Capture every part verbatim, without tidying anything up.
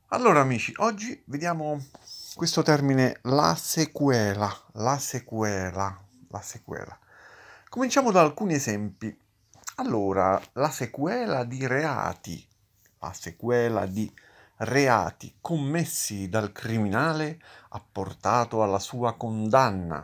Allora amici, oggi vediamo questo termine, la sequela, la sequela, la sequela. Cominciamo da alcuni esempi. Allora, la sequela di reati, la sequela di reati commessi dal criminale ha portato alla sua condanna.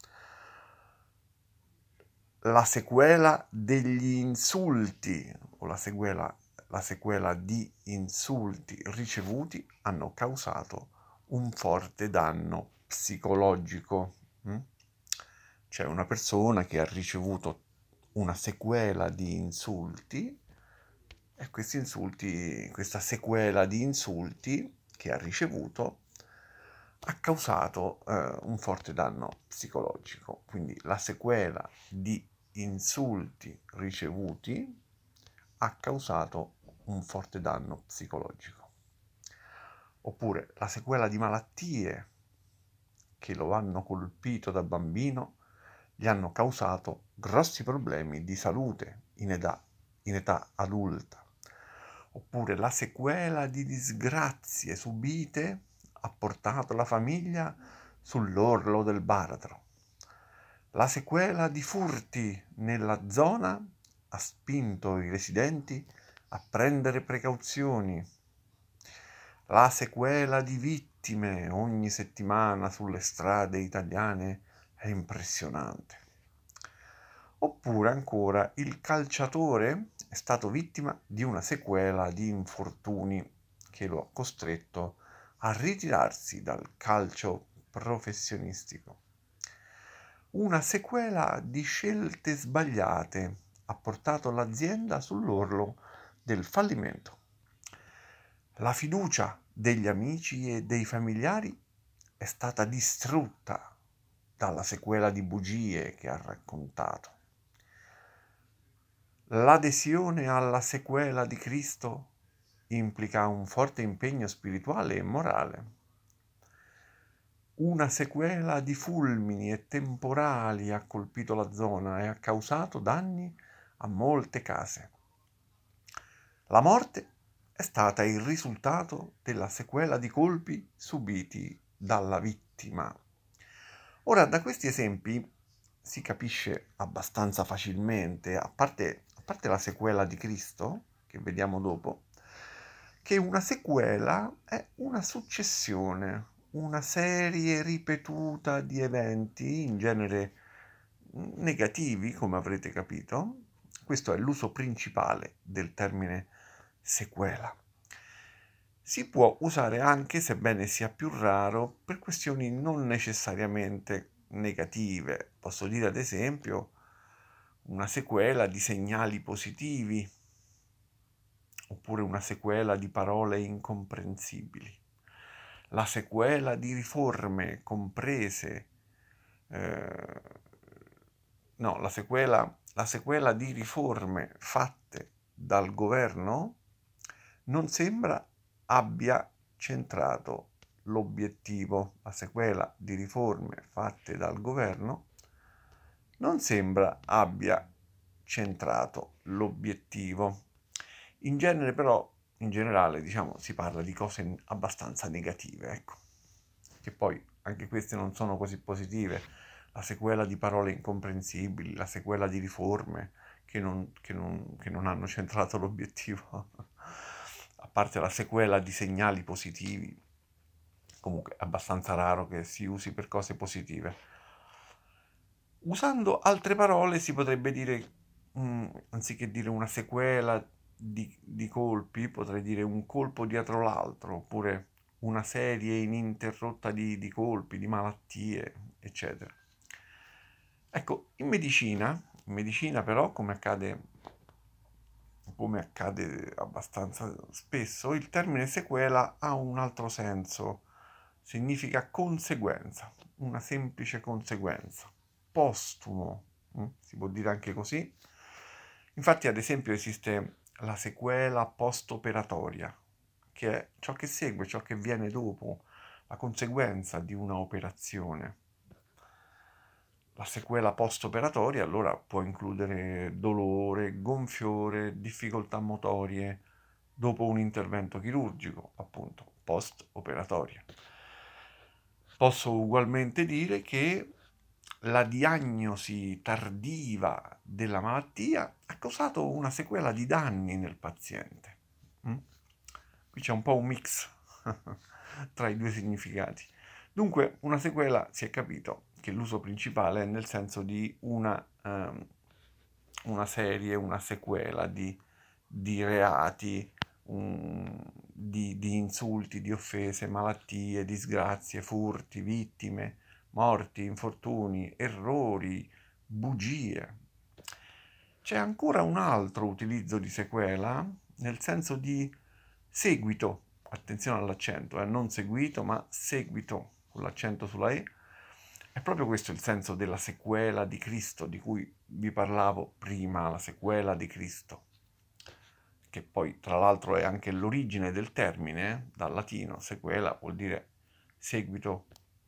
La sequela degli insulti o la sequela, la sequela di insulti ricevuti hanno causato un forte danno psicologico. mm? C'è una persona che ha ricevuto una sequela di insulti e questi insulti, questa sequela di insulti che ha ricevuto ha causato eh, un forte danno psicologico. Quindi la sequela di insulti ricevuti ha causato un forte danno psicologico. Oppure la sequela di malattie che lo hanno colpito da bambino gli hanno causato grossi problemi di salute in età, in età adulta. Oppure la sequela di disgrazie subite ha portato la famiglia sull'orlo del baratro. La sequela di furti nella zona ha spinto i residenti a prendere precauzioni. La sequela di vittime ogni settimana sulle strade italiane è impressionante. Oppure ancora il calciatore è stato vittima di una sequela di infortuni che lo ha costretto a ritirarsi dal calcio professionistico. Una sequela di scelte sbagliate ha portato l'azienda sull'orlo del fallimento. La fiducia degli amici e dei familiari è stata distrutta dalla sequela di bugie che ha raccontato. L'adesione alla sequela di Cristo implica un forte impegno spirituale e morale. Una sequela di fulmini e temporali ha colpito la zona e ha causato danni a molte case. La morte è stata il risultato della sequela di colpi subiti dalla vittima. Ora, da questi esempi si capisce abbastanza facilmente, a parte, a parte la sequela di Cristo, che vediamo dopo, che una sequela è una successione, una serie ripetuta di eventi, in genere negativi, come avrete capito. Questo è l'uso principale del termine sequela. Si può usare anche, sebbene sia più raro, per questioni non necessariamente negative. Posso dire ad esempio una sequela di segnali positivi, oppure una sequela di parole incomprensibili, la sequela di riforme comprese, eh, no, la sequela, la sequela di riforme fatte dal governo non sembra abbia centrato l'obiettivo. La sequela di riforme fatte dal governo non sembra abbia centrato l'obiettivo. In genere però, in generale, diciamo, si parla di cose abbastanza negative, ecco. Che poi anche queste non sono così positive. La sequela di parole incomprensibili, la sequela di riforme che non, che non, che non hanno centrato l'obiettivo. A parte la sequela di segnali positivi, comunque è abbastanza raro che si usi per cose positive. Usando altre parole si potrebbe dire, mh, anziché dire una sequela di, di colpi, potrei dire un colpo dietro l'altro, oppure una serie ininterrotta di, di colpi, di malattie, eccetera. Ecco, in medicina, in medicina però, come accade, come accade abbastanza spesso, il termine sequela ha un altro senso, significa conseguenza, una semplice conseguenza, postumo, mm? Si può dire anche così. Infatti, ad esempio, esiste la sequela post-operatoria, che è ciò che segue, ciò che viene dopo, la conseguenza di una operazione. La sequela post-operatoria allora può includere dolore, gonfiore, difficoltà motorie dopo un intervento chirurgico, appunto, post-operatoria. Posso ugualmente dire che la diagnosi tardiva della malattia ha causato una sequela di danni nel paziente. Mm? Qui c'è un po' un mix tra i due significati. Dunque, una sequela, si è capito che l'uso principale è nel senso di una, um, una serie, una sequela di, di reati, um, di, di insulti, di offese, malattie, disgrazie, furti, vittime, morti, infortuni, errori, bugie. C'è ancora un altro utilizzo di sequela, nel senso di seguito, attenzione all'accento, eh, non seguito, ma seguito, con l'accento sulla E. È proprio questo il senso della sequela di Cristo, di cui vi parlavo prima, la sequela di Cristo, che poi tra l'altro è anche l'origine del termine, eh, dal latino, sequela vuol dire seguito,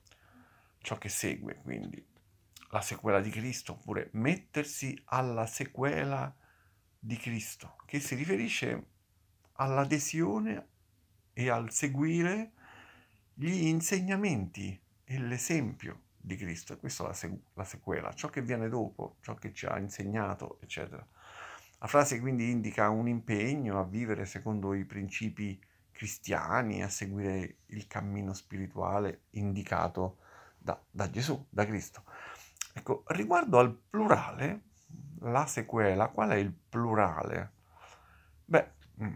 ciò che segue, quindi la sequela di Cristo, oppure mettersi alla sequela di Cristo, che si riferisce all'adesione e al seguire gli insegnamenti e l'esempio di Cristo. E questa è la, segu- la sequela, ciò che viene dopo, ciò che ci ha insegnato, eccetera. La frase quindi indica un impegno a vivere secondo i principi cristiani, a seguire il cammino spirituale indicato da, da Gesù, da Cristo. Ecco, riguardo al plurale, la sequela, qual è il plurale? Beh,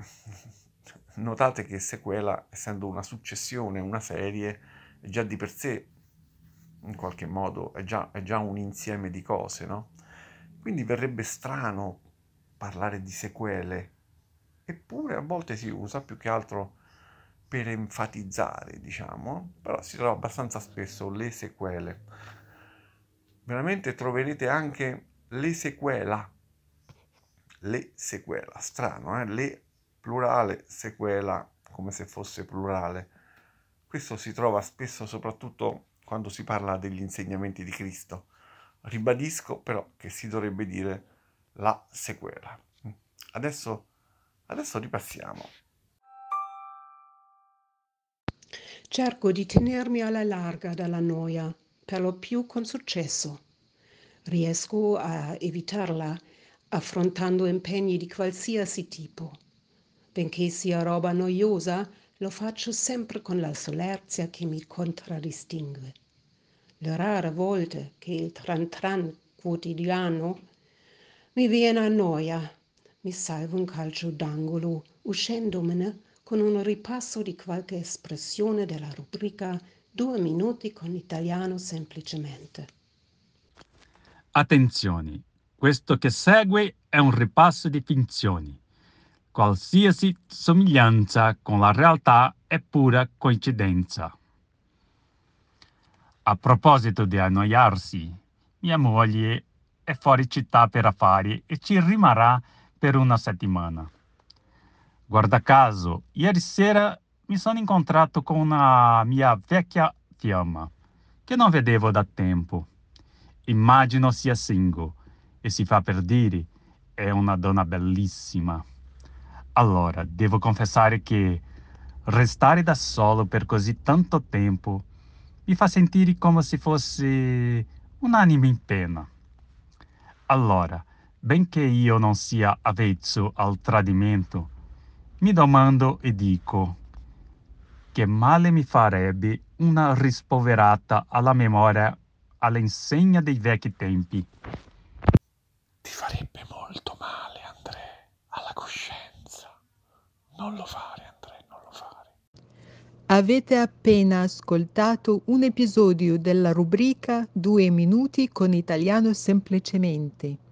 notate che sequela, essendo una successione, una serie, è già di per sé, in qualche modo, è già, è già un insieme di cose, no? Quindi verrebbe strano parlare di sequele, eppure a volte si usa più che altro per enfatizzare, diciamo, però si trova abbastanza spesso le sequele. Veramente troverete anche le sequela, le sequela, strano, eh? Le plurale, sequela, come se fosse plurale. Questo si trova spesso soprattutto quando si parla degli insegnamenti di Cristo. Ribadisco però che si dovrebbe dire la sequela. Adesso, adesso ripassiamo. Cerco di tenermi alla larga dalla noia, per lo più con successo. Riesco a evitarla affrontando impegni di qualsiasi tipo. Benché sia roba noiosa, lo faccio sempre con la solerzia che mi contraddistingue. Le rare volte che il tran tran quotidiano mi viene a noia, mi salvo un calcio d'angolo, uscendomene con un ripasso di qualche espressione della rubrica Due minuti con italiano semplicemente. Attenzione, questo che segue è un ripasso di finzioni. Qualsiasi somiglianza con la realtà è pura coincidenza. A proposito di annoiarsi, mia moglie è fuori città per affari e ci rimarrà per una settimana. Guarda caso, ieri sera mi sono incontrato con una mia vecchia fiamma, che non vedevo da tempo. Immagino sia single e si fa per dire, è una donna bellissima. Allora, devo confessare che restare da solo per così tanto tempo mi fa sentire come se fosse un'anima in pena. Allora, benché io non sia avvezzo al tradimento, mi domando e dico che male mi farebbe una rispoverata alla memoria all'insegna dei vecchi tempi. Ti farebbe molto male, Andrea, alla coscienza. Non lo fare, Andrea, non lo fare. Avete appena ascoltato un episodio della rubrica Due minuti con italiano semplicemente.